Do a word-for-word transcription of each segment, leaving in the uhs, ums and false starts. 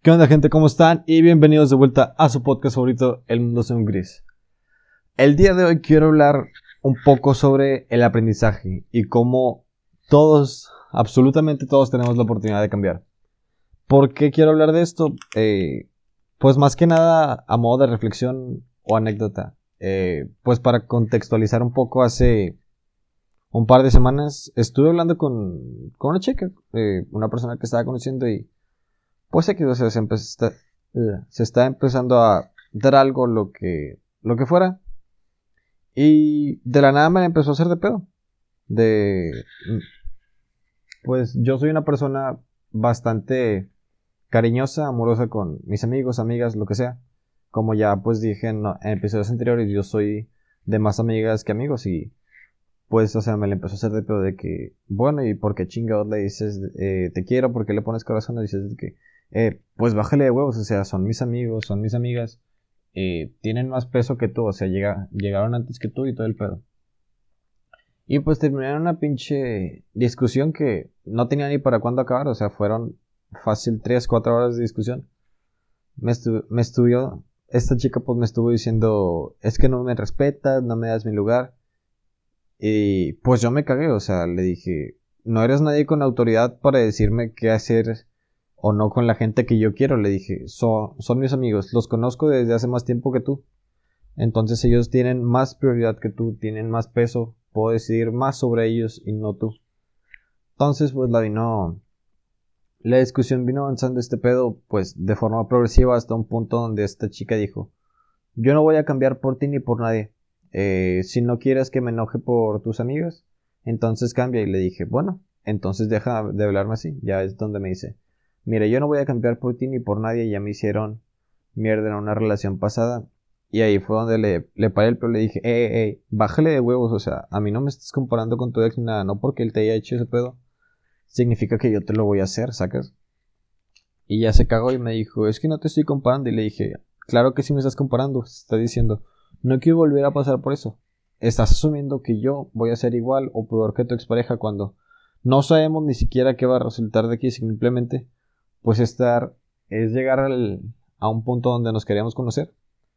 ¿Qué onda, gente? ¿Cómo están? Y bienvenidos de vuelta a su podcast favorito, El Mundo Según Gris. El día de hoy quiero hablar un poco sobre el aprendizaje y cómo todos, absolutamente todos, tenemos la oportunidad de cambiar. ¿Por qué quiero hablar de esto? Eh, pues más que nada a modo de reflexión o anécdota. Eh, pues para contextualizar un poco, hace un par de semanas estuve hablando con, con una chica, eh, una persona que estaba conociendo y pues aquí, o sea, se, empe- está, eh, se está empezando a dar algo, lo que, lo que fuera. Y de la nada me la empezó a hacer de pedo. De, pues yo soy una persona bastante cariñosa, amorosa con mis amigos, amigas, lo que sea. Como ya pues dije en, en episodios anteriores, yo soy de más amigas que amigos y pues, o sea, me la empezó a hacer de pedo de que, bueno, ¿y por qué chingados le dices eh, te quiero? ¿Por qué le pones corazón? Le dices de que, eh, pues bájale de huevos, o sea, son mis amigos, son mis amigas, eh, tienen más peso que tú, o sea, llega, llegaron antes que tú y todo el pedo. Y pues terminaron una pinche discusión que no tenía ni para cuándo acabar, o sea, fueron fácil tres cuatro horas de discusión. Me, estu me estuvo, esta chica pues me estuvo diciendo, es que no me respetas, no me das mi lugar. Y pues yo me cagué, o sea, le dije, no eres nadie con autoridad para decirme qué hacer o no con la gente que yo quiero. Le dije, son, son mis amigos, los conozco desde hace más tiempo que tú. Entonces ellos tienen más prioridad que tú, tienen más peso, puedo decidir más sobre ellos y no tú. Entonces pues la vino, la discusión vino avanzando este pedo pues de forma progresiva hasta un punto donde esta chica dijo, yo no voy a cambiar por ti ni por nadie. Eh, si no quieres que me enoje por tus amigos, entonces cambia. Y le dije, bueno, entonces deja de hablarme así. Ya es donde me dice, mira, yo no voy a cambiar por ti ni por nadie. Ya me hicieron mierda en una relación pasada. Y ahí fue donde le, le paré el pelo. Le dije, eh, eh, eh, bájale de huevos. O sea, a mí no me estés comparando con tu ex ni nada. No porque él te haya hecho ese pedo significa que yo te lo voy a hacer, ¿sacas? Y ya se cagó y me dijo, es que no te estoy comparando. Y le dije, claro que sí me estás comparando. Está diciendo, no quiero volver a pasar por eso. Estás asumiendo que yo voy a ser igual o peor que tu expareja cuando no sabemos ni siquiera qué va a resultar de aquí. Simplemente, pues estar, es llegar al, a un punto donde nos queríamos conocer.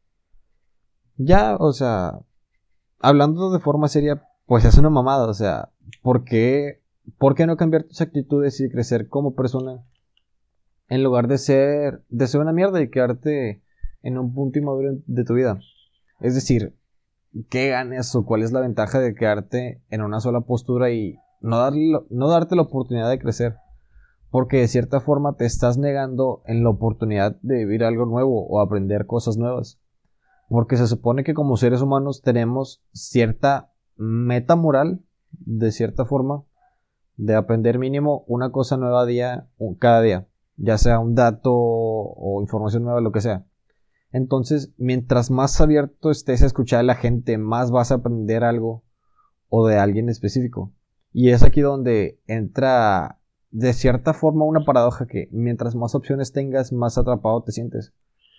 Ya, o sea, hablando de forma seria, pues es una mamada. O sea, ¿por qué, por qué no cambiar tus actitudes y crecer como persona? En lugar de ser, de ser una mierda y quedarte en un punto inmaduro de tu vida. Es decir, ¿qué ganas o cuál es la ventaja de quedarte en una sola postura y no, darle, no darte la oportunidad de crecer? Porque de cierta forma te estás negando en la oportunidad de vivir algo nuevo o aprender cosas nuevas. Porque se supone que como seres humanos tenemos cierta meta moral, de cierta forma, de aprender mínimo una cosa nueva día, cada día. Ya sea un dato o información nueva, lo que sea. Entonces, mientras más abierto estés a escuchar a la gente, más vas a aprender algo o de alguien específico. Y es aquí donde entra de cierta forma una paradoja que mientras más opciones tengas, más atrapado te sientes.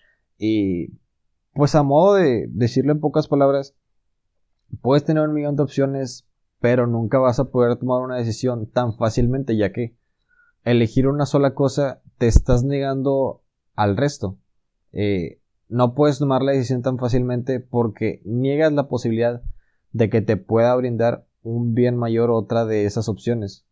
Y pues a modo de decirlo en pocas palabras, puedes tener un millón de opciones, pero nunca vas a poder tomar una decisión tan fácilmente, ya que elegir una sola cosa te estás negando al resto. Eh, no puedes tomar la decisión tan fácilmente porque niegas la posibilidad de que te pueda brindar un bien mayor otra de esas opciones.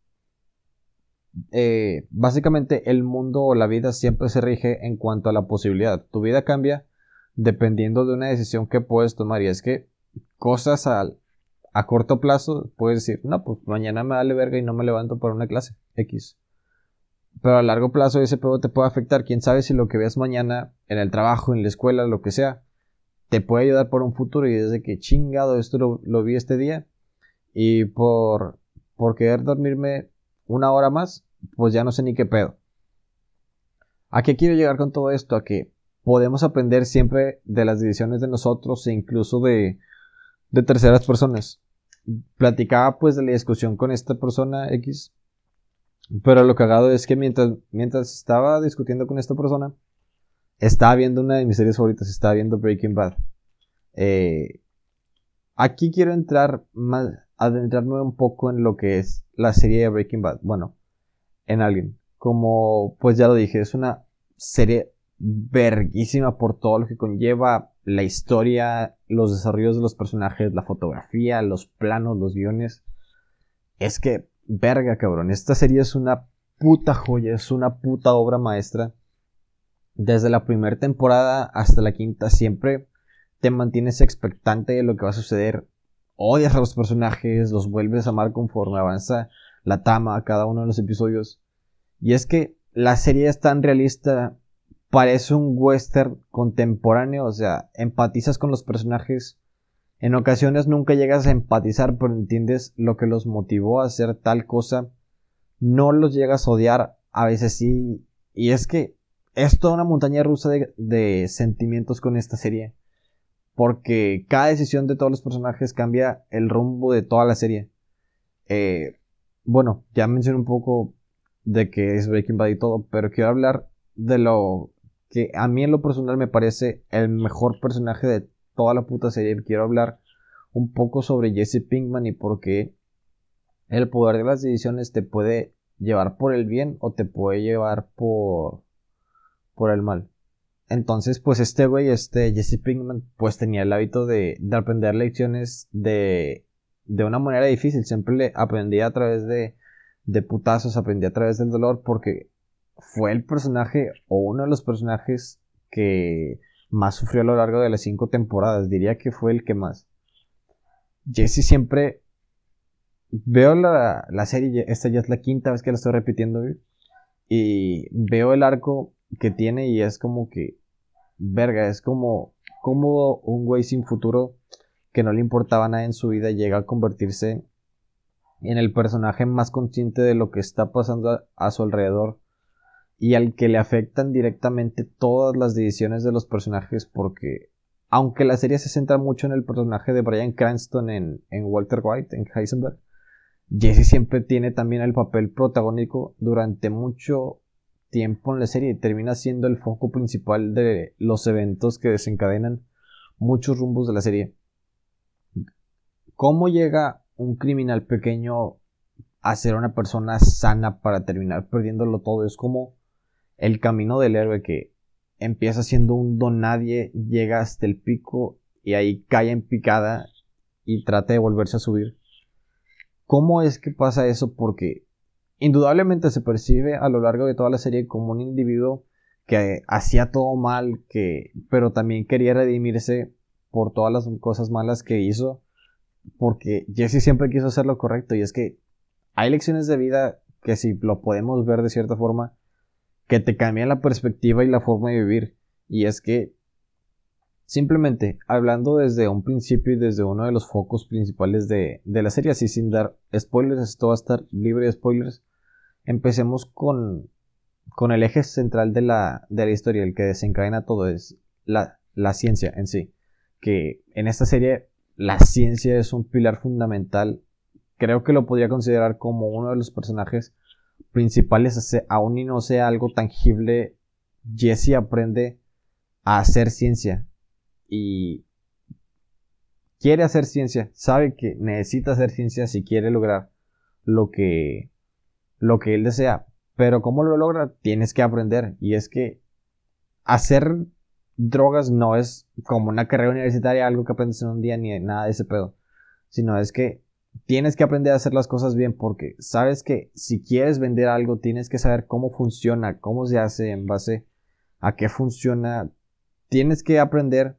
Eh, básicamente el mundo o la vida siempre se rige en cuanto a la posibilidad. Tu vida cambia dependiendo de una decisión que puedes tomar, y es que cosas al, a corto plazo puedes decir, no, pues mañana me vale verga y no me levanto para una clase X. Pero a largo plazo ese pedo te puede afectar. Quién sabe si lo que veas mañana en el trabajo, en la escuela, lo que sea, te puede ayudar por un futuro. Y desde que chingado esto lo, lo vi este día, y por, por querer dormirme una hora más, pues ya no sé ni qué pedo. ¿A qué quiero llegar con todo esto? A que podemos aprender siempre de las decisiones de nosotros e incluso de, de terceras personas. Platicaba pues de la discusión con esta persona X. Pero lo cagado es que mientras, mientras estaba discutiendo con esta persona, estaba viendo una de mis series favoritas, estaba viendo Breaking Bad. Eh, aquí quiero entrar más, adentrarme un poco en lo que es la serie de Breaking Bad. Bueno, en alguien. Como pues ya lo dije, es una serie verguísima por todo lo que conlleva, la historia, los desarrollos de los personajes, la fotografía, los planos, los guiones. Es que, verga, cabrón, esta serie es una puta joya, es una puta obra maestra. Desde la primera temporada hasta la quinta siempre te mantienes expectante de lo que va a suceder. Odias a los personajes, los vuelves a amar conforme avanza la trama a cada uno de los episodios. Y es que la serie es tan realista, parece un western contemporáneo, o sea, empatizas con los personajes. En ocasiones nunca llegas a empatizar, pero entiendes lo que los motivó a hacer tal cosa. No los llegas a odiar, a veces sí. Y es que es toda una montaña rusa de, de sentimientos con esta serie. Porque cada decisión de todos los personajes cambia el rumbo de toda la serie. Eh, bueno, ya mencioné un poco de que es Breaking Bad y todo, pero quiero hablar de lo que a mí en lo personal me parece el mejor personaje de toda la puta serie. Quiero hablar un poco sobre Jesse Pinkman y por qué el poder de las decisiones te puede llevar por el bien o te puede llevar por, por el mal. Entonces, pues este güey, este Jesse Pinkman, pues tenía el hábito de, de aprender lecciones de, de una manera difícil. Siempre le aprendía a través de, de putazos, aprendía a través del dolor, porque fue el personaje o uno de los personajes que más sufrió a lo largo de las cinco temporadas. Diría que fue el que más. Jesse siempre... Veo la, la serie, esta ya es la quinta vez que la estoy repitiendo, güey, y veo el arco que tiene y es como que... Verga, es como... Como un güey sin futuro que no le importaba nada en su vida llega a convertirse en el personaje más consciente de lo que está pasando a, a su alrededor y al que le afectan directamente todas las decisiones de los personajes, porque aunque la serie se centra mucho en el personaje de Bryan Cranston en, en Walter White, en Heisenberg, Jesse siempre tiene también el papel protagónico durante mucho tiempo en la serie y termina siendo el foco principal de los eventos que desencadenan muchos rumbos de la serie. ¿Cómo llega un criminal pequeño a ser una persona sana para terminar perdiéndolo todo? Es como el camino del héroe que empieza siendo un don nadie, llega hasta el pico y ahí cae en picada y trata de volverse a subir. ¿Cómo es que pasa eso? Porque indudablemente se percibe a lo largo de toda la serie como un individuo que hacía todo mal, que, pero también quería redimirse por todas las cosas malas que hizo, porque Jesse siempre quiso hacer lo correcto. Y es que hay lecciones de vida que, si lo podemos ver de cierta forma, que te cambian la perspectiva y la forma de vivir. Y es que simplemente hablando desde un principio y desde uno de los focos principales de, de la serie, así sin dar spoilers, esto va a estar libre de spoilers. Empecemos con, con el eje central de la, de la historia, el que desencadena todo, es la, la ciencia en sí. Que en esta serie la ciencia es un pilar fundamental. Creo que lo podría considerar como uno de los personajes principales, aún y no sea algo tangible. Jesse aprende a hacer ciencia y quiere hacer ciencia, sabe que necesita hacer ciencia si quiere lograr lo que lo que él desea, pero ¿cómo lo logra? Tienes que aprender. Y es que hacer drogas no es como una carrera universitaria, algo que aprendes en un día, ni nada de ese pedo, sino es que tienes que aprender a hacer las cosas bien, porque sabes que si quieres vender algo tienes que saber cómo funciona, cómo se hace, en base a qué funciona. Tienes que aprender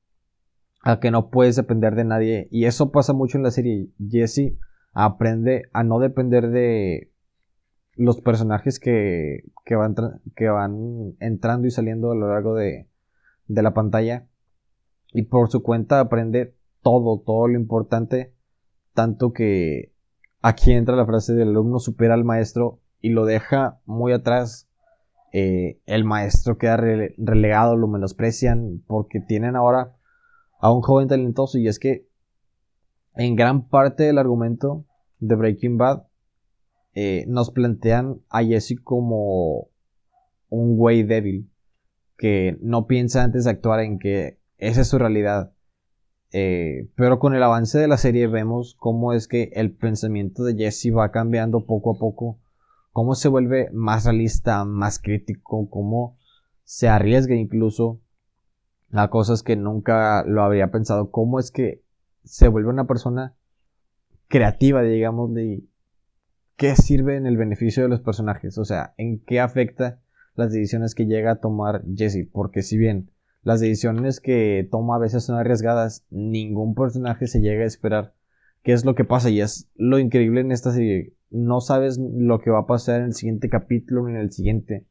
a que no puedes depender de nadie, y eso pasa mucho en la serie. Jesse aprende a no depender de los personajes que, que, van, que van entrando y saliendo a lo largo de, de la pantalla, y por su cuenta aprende todo, todo lo importante, tanto que aquí entra la frase del alumno supera al maestro y lo deja muy atrás. Eh, el maestro queda rele- relegado, lo menosprecian porque tienen ahora a un joven talentoso. Y es que en gran parte del argumento de Breaking Bad eh, nos plantean a Jesse como un güey débil que no piensa antes de actuar, en que esa es su realidad. Eh, pero con el avance de la serie vemos cómo es que el pensamiento de Jesse va cambiando poco a poco, cómo se vuelve más realista, más crítico, cómo se arriesga incluso a cosas que nunca lo habría pensado. ¿Cómo es que se vuelve una persona creativa, digamos, de qué sirve en el beneficio de los personajes? O sea, ¿en qué afecta las decisiones que llega a tomar Jesse? Porque si bien las decisiones que toma a veces son arriesgadas, ningún personaje se llega a esperar qué es lo que pasa. Y es lo increíble en esta serie. No sabes lo que va a pasar en el siguiente capítulo ni en el siguiente.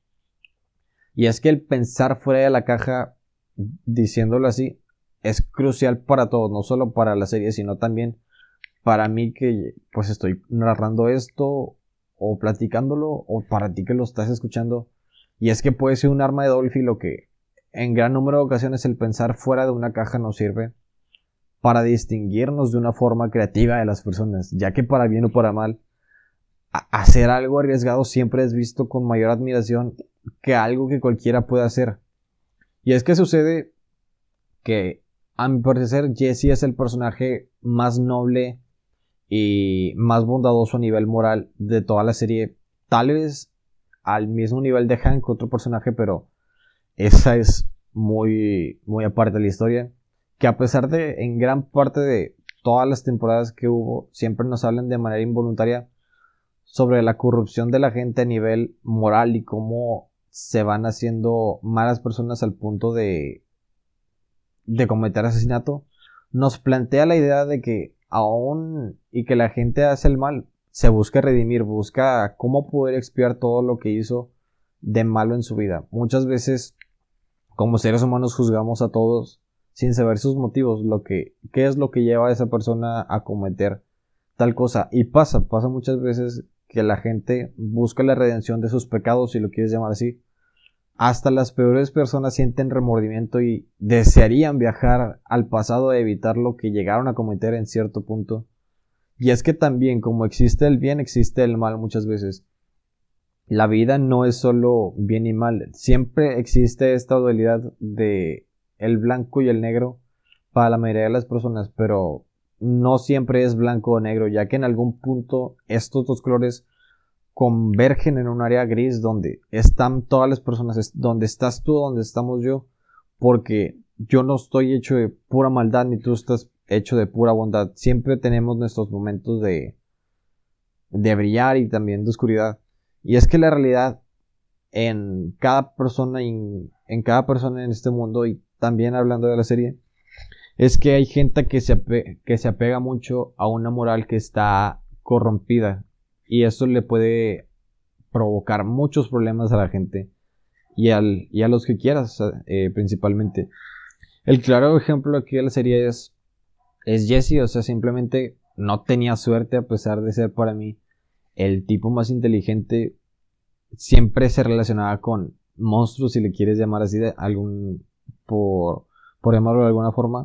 Y es que el pensar fuera de la caja, diciéndolo así, es crucial para todos, no solo para la serie, sino también para mí que pues estoy narrando esto o platicándolo, o para ti que lo estás escuchando. Y es que puede ser un arma de doble filo, que en gran número de ocasiones el pensar fuera de una caja nos sirve para distinguirnos de una forma creativa de las personas, ya que para bien o para mal, hacer algo arriesgado siempre es visto con mayor admiración que algo que cualquiera puede hacer. Y es que sucede que, a mi parecer, Jesse es el personaje más noble y más bondadoso a nivel moral de toda la serie. Tal vez al mismo nivel de Hank, otro personaje, pero esa es muy, muy aparte de la historia. Que a pesar de, en gran parte de todas las temporadas que hubo, siempre nos hablan de manera involuntaria sobre la corrupción de la gente a nivel moral y cómo se van haciendo malas personas al punto de de cometer asesinato. Nos plantea la idea de que aún y que la gente hace el mal, se busca redimir, busca cómo poder expiar todo lo que hizo de malo en su vida. Muchas veces como seres humanos juzgamos a todos sin saber sus motivos, lo que, qué es lo que lleva a esa persona a cometer tal cosa. Y pasa, pasa muchas veces que la gente busca la redención de sus pecados, si lo quieres llamar así. Hasta las peores personas sienten remordimiento y desearían viajar al pasado a evitar lo que llegaron a cometer en cierto punto. Y es que también, como existe el bien, existe el mal muchas veces. La vida no es solo bien y mal. Siempre existe esta dualidad de el blanco y el negro para la mayoría de las personas, pero no siempre es blanco o negro, ya que en algún punto estos dos colores convergen en un área gris donde están todas las personas, donde estás tú, donde estamos yo, porque yo no estoy hecho de pura maldad ni tú estás hecho de pura bondad. Siempre tenemos nuestros momentos de de brillar y también de oscuridad. Y es que la realidad en cada persona en, en cada persona en este mundo, y también hablando de la serie, es que hay gente que se, ape- que se apega mucho a una moral que está corrompida, y eso le puede provocar muchos problemas a la gente y, al, y a los que quieras, eh, principalmente. El claro ejemplo aquí de la serie es, es Jesse. O sea, simplemente no tenía suerte, a pesar de ser para mí el tipo más inteligente. Siempre se relacionaba con monstruos, si le quieres llamar así, de algún, por, por llamarlo de alguna forma.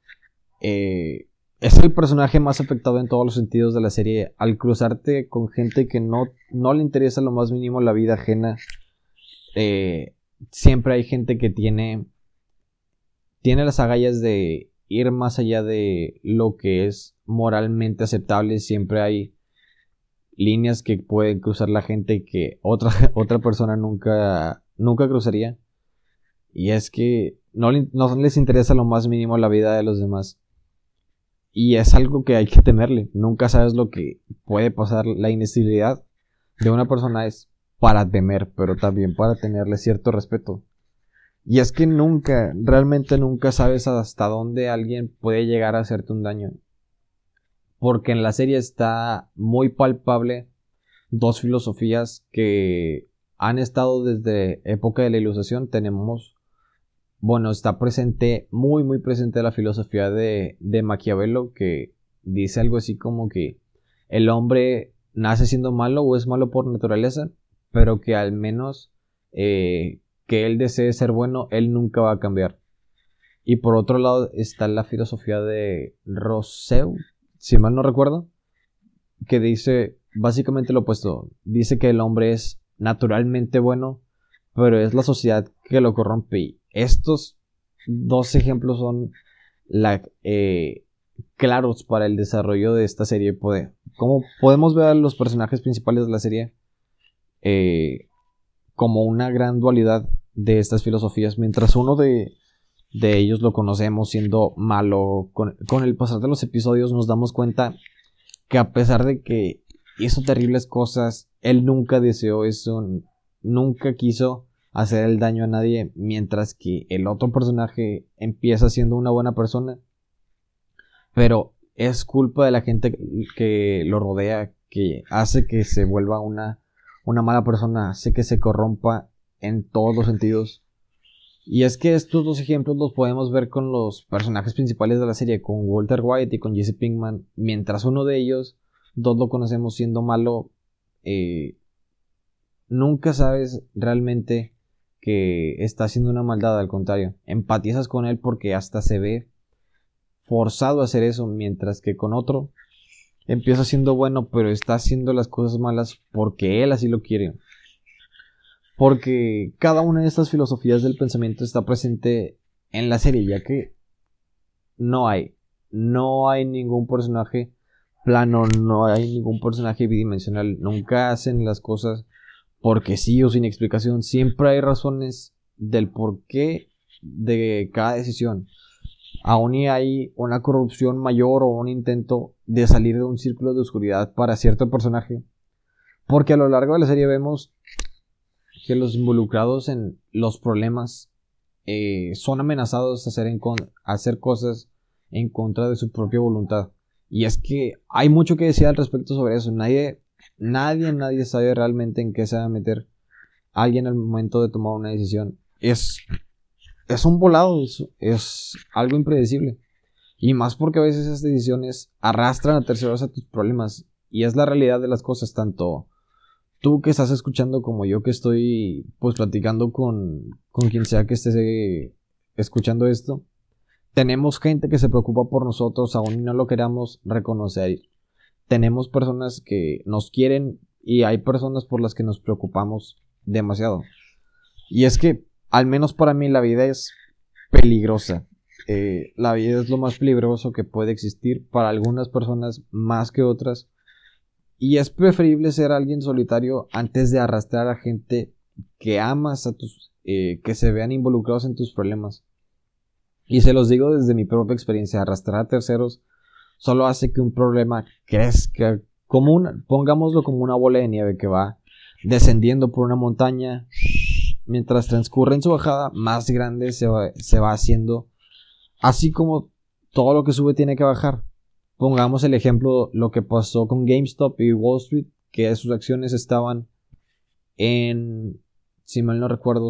Eh, es el personaje más afectado en todos los sentidos de la serie. Al cruzarte con gente que no, no le interesa lo más mínimo la vida ajena, eh, siempre hay gente que tiene, tiene las agallas de ir más allá de lo que es moralmente aceptable. Siempre hay líneas que pueden cruzar la gente que otra, otra persona nunca, nunca cruzaría. Y es que no, no les interesa lo más mínimo la vida de los demás. Y es algo que hay que temerle. Nunca sabes lo que puede pasar. La inestabilidad de una persona es para temer, pero también para tenerle cierto respeto. Y es que nunca, realmente nunca sabes hasta dónde alguien puede llegar a hacerte un daño. Porque en la serie está muy palpable dos filosofías que han estado desde época de la Ilustración. Tenemos, bueno, está presente, muy muy presente la filosofía de, de Maquiavelo, que dice algo así como que el hombre nace siendo malo o es malo por naturaleza, pero que al menos eh, que él desee ser bueno, él nunca va a cambiar. Y por otro lado está la filosofía de Rousseau, si mal no recuerdo, que dice básicamente lo opuesto. Dice que el hombre es naturalmente bueno, pero es la sociedad que lo corrompe. Y estos dos ejemplos son la, eh, claros para el desarrollo de esta serie. Puede, como podemos ver a los personajes principales de la serie eh, como una gran dualidad de estas filosofías. Mientras uno de, de ellos lo conocemos siendo malo, con, con el pasar de los episodios nos damos cuenta que a pesar de que hizo terribles cosas, él nunca deseó eso, nunca quiso hacer el daño a nadie, mientras que el otro personaje empieza siendo una buena persona, pero es culpa de la gente que lo rodea, que hace que se vuelva una, una mala persona, hace que se corrompa en todos los sentidos. Y es que estos dos ejemplos los podemos ver con los personajes principales de la serie, con Walter White y con Jesse Pinkman. Mientras uno de ellos, dos lo conocemos siendo malo, eh, nunca sabes realmente que está haciendo una maldad. Al contrario, empatizas con él porque hasta se ve forzado a hacer eso, mientras que con otro empieza siendo bueno, pero está haciendo las cosas malas porque él así lo quiere. Porque cada una de estas filosofías del pensamiento está presente en la serie, ya que no hay, no hay ningún personaje plano, no hay ningún personaje bidimensional, nunca hacen las cosas porque sí o sin explicación, siempre hay razones del porqué de cada decisión. Aún y hay una corrupción mayor o un intento de salir de un círculo de oscuridad para cierto personaje, porque a lo largo de la serie vemos que los involucrados en los problemas eh, son amenazados a hacer, en con- a hacer cosas en contra de su propia voluntad. Y es que hay mucho que decir al respecto sobre eso. Nadie, nadie, nadie sabe realmente en qué se va a meter alguien al momento de tomar una decisión. Es, es un volado, es, es algo impredecible. Y más porque a veces esas decisiones arrastran a terceros a tus problemas. Y es la realidad de las cosas, tanto tú que estás escuchando como yo que estoy pues platicando con, con quien sea que esté escuchando esto. Tenemos gente que se preocupa por nosotros, aún no lo queramos reconocer. Tenemos personas que nos quieren y hay personas por las que nos preocupamos demasiado. Y es que, al menos para mí, la vida es peligrosa. Eh, la vida es lo más peligroso que puede existir para algunas personas más que otras. Y es preferible ser alguien solitario antes de arrastrar a gente que amas, a tus, eh, que se vean involucrados en tus problemas. Y se los digo desde mi propia experiencia, arrastrar a terceros solo hace que un problema crezca, como una, pongámoslo como una bola de nieve que va descendiendo por una montaña, mientras transcurre en su bajada, más grande se va, se va haciendo, así como todo lo que sube tiene que bajar. Pongamos el ejemplo, lo que pasó con GameStop y Wall Street, que sus acciones estaban en, si mal no recuerdo,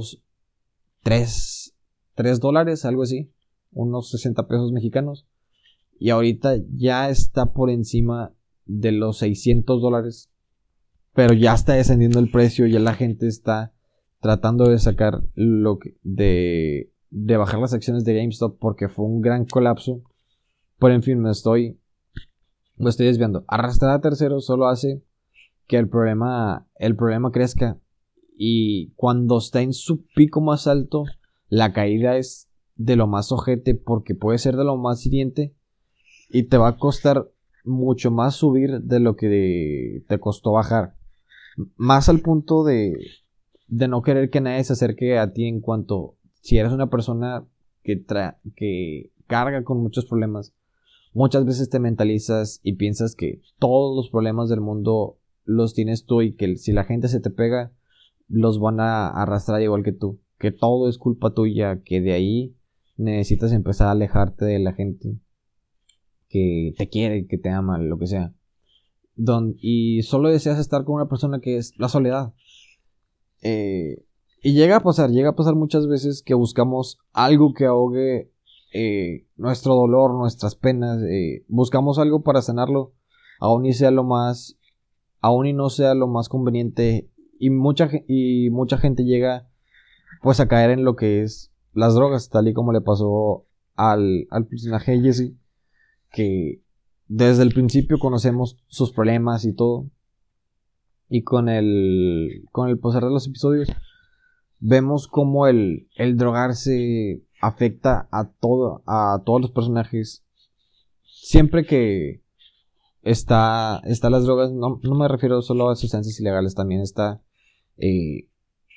tres dólares, algo así, unos sesenta pesos mexicanos, y ahorita ya está por encima de los seiscientos dólares, pero ya está descendiendo el precio, ya la gente está tratando de sacar lo que, de, de bajar las acciones de GameStop porque fue un gran colapso. Pero en fin, me estoy me estoy desviando. Arrastrar a terceros solo hace que el problema el problema crezca, y cuando está en su pico más alto, la caída es de lo más ojete porque puede ser de lo más hiriente y te va a costar mucho más subir de lo que te costó bajar. Más al punto de, de no querer que nadie se acerque a ti, en cuanto si eres una persona que, tra- que carga con muchos problemas, muchas veces te mentalizas y piensas que todos los problemas del mundo los tienes tú y que si la gente se te pega, los van a arrastrar igual que tú, que todo es culpa tuya, que de ahí necesitas empezar a alejarte de la gente que te quiere, que te ama, lo que sea. Don, y solo deseas estar con una persona que es la soledad. Eh, y llega a pasar, llega a pasar muchas veces que buscamos algo que ahogue eh, nuestro dolor, nuestras penas. Eh, buscamos algo para sanarlo, aún y sea lo más, aún y no sea lo más conveniente. Y mucha, y mucha gente llega pues a caer en lo que es las drogas, tal y como le pasó al, al personaje de Jesse, que desde el principio conocemos sus problemas y todo, y con el con el pasar de los episodios vemos cómo el, el drogarse afecta a todo, a todos los personajes. Siempre que está, está las drogas, no, no me refiero solo a sustancias ilegales, también está eh,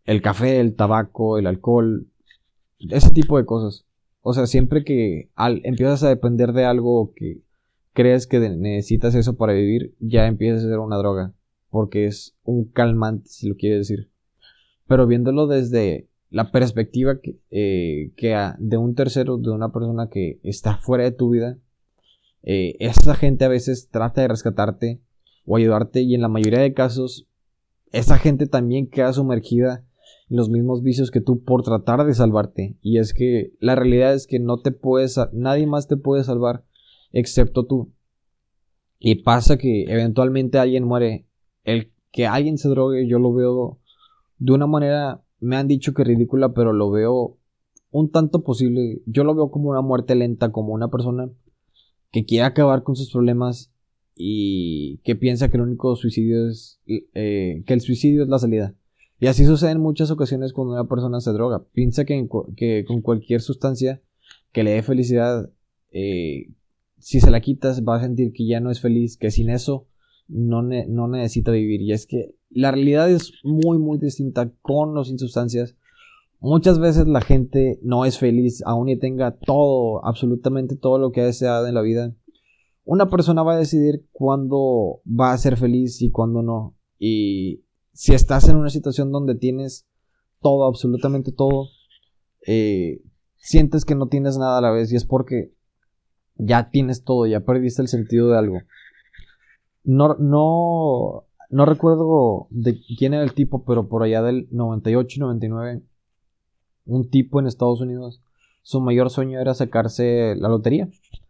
el café, el tabaco, el alcohol, ese tipo de cosas. O sea, siempre que al, empiezas a depender de algo que crees que de, necesitas eso para vivir, ya empieza a ser una droga, porque es un calmante, si lo quieres decir. Pero viéndolo desde la perspectiva que, eh, que a, de un tercero, de una persona que está fuera de tu vida, eh, esa gente a veces trata de rescatarte o ayudarte, y en la mayoría de casos esa gente también queda sumergida en los mismos vicios que tú por tratar de salvarte. Y es que la realidad es que no te puedes, nadie más te puede salvar excepto tú. Y pasa que eventualmente alguien muere. El que alguien se drogue, yo lo veo de una manera, me han dicho que ridícula, pero lo veo un tanto posible. Yo lo veo como una muerte lenta, como una persona que quiere acabar con sus problemas y que piensa que el único suicidio es eh, que el suicidio es la salida. Y así sucede en muchas ocasiones cuando una persona se droga. Piensa que, en, que con cualquier sustancia que le dé felicidad, eh, si se la quitas va a sentir que ya no es feliz, que sin eso no, ne- no necesita vivir. Y es que la realidad es muy muy distinta con o sin sustancias. Muchas veces la gente no es feliz aun y tenga todo, absolutamente todo lo que ha deseado en la vida. Una persona va a decidir cuándo va a ser feliz y cuándo no. Y si estás en una situación donde tienes todo, absolutamente todo, eh, sientes que no tienes nada a la vez, y es porque ya tienes todo, ya perdiste el sentido de algo. No, no, no recuerdo de quién era el tipo, pero por allá del noventa y ocho noventa y nueve, un tipo en Estados Unidos, su mayor sueño era sacarse la lotería.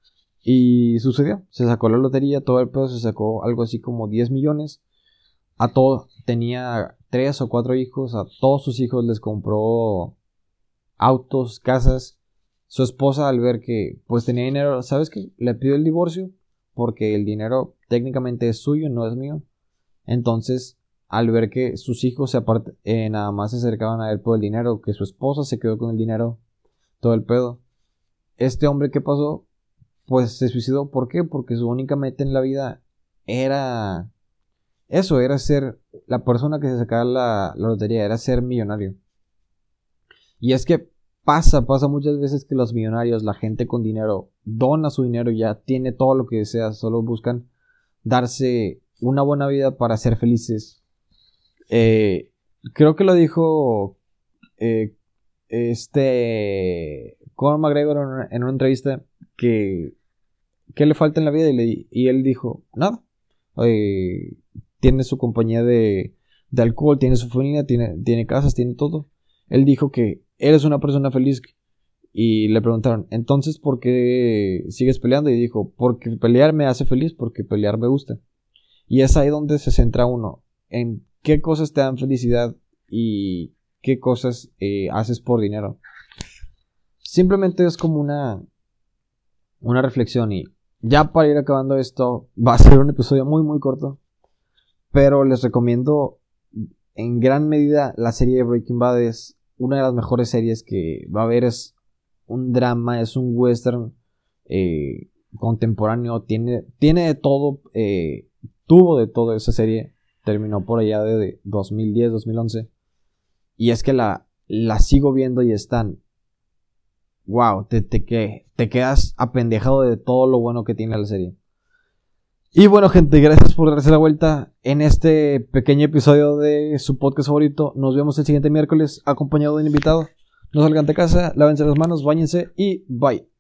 Y sucedió, se sacó la lotería, todo el pedo, se sacó algo así como diez millones. A todo, tenía tres o cuatro hijos, a todos sus hijos les compró autos, casas. Su esposa, al ver que pues tenía dinero, ¿sabes qué? Le pidió el divorcio porque el dinero técnicamente es suyo, no es mío. Entonces, al ver que sus hijos se apart- eh, nada más se acercaban a él por el dinero, que su esposa se quedó con el dinero, todo el pedo. Este hombre, ¿qué pasó? Pues se suicidó. ¿Por qué? Porque su única meta en la vida era eso, era ser la persona que se sacaba la, la lotería, era ser millonario. Y es que pasa, pasa muchas veces que los millonarios, la gente con dinero, dona su dinero, ya tiene todo lo que desea, solo buscan darse una buena vida para ser felices. Eh, creo que lo dijo eh, este Conor McGregor en una, en una entrevista, que ¿qué le falta en la vida? Y, le, y él dijo, nada. Eh, tiene su compañía de, de alcohol, tiene su familia, tiene, tiene casas, tiene todo. Él dijo que él es una persona feliz. Y le preguntaron, entonces, ¿por qué sigues peleando? Y dijo, porque pelear me hace feliz, porque pelear me gusta. Y es ahí donde se centra uno, en qué cosas te dan felicidad y qué cosas eh, haces por dinero. Simplemente es como una, una reflexión. Y ya para ir acabando esto, va a ser un episodio muy muy corto, pero les recomiendo en gran medida la serie de Breaking Bad. Es una de las mejores series que va a haber. Es un drama, es un western eh, contemporáneo, tiene, tiene de todo, eh, tuvo de todo esa serie, terminó por allá de, de dos mil diez, dos mil once, y es que la, la sigo viendo y están, wow, te, te, que, te quedas apendejado de todo lo bueno que tiene la serie. Y bueno, gente, gracias por darse la vuelta en este pequeño episodio de su podcast favorito. Nos vemos el siguiente miércoles acompañado de un invitado. No salgan de casa, lávense las manos, báñense y bye.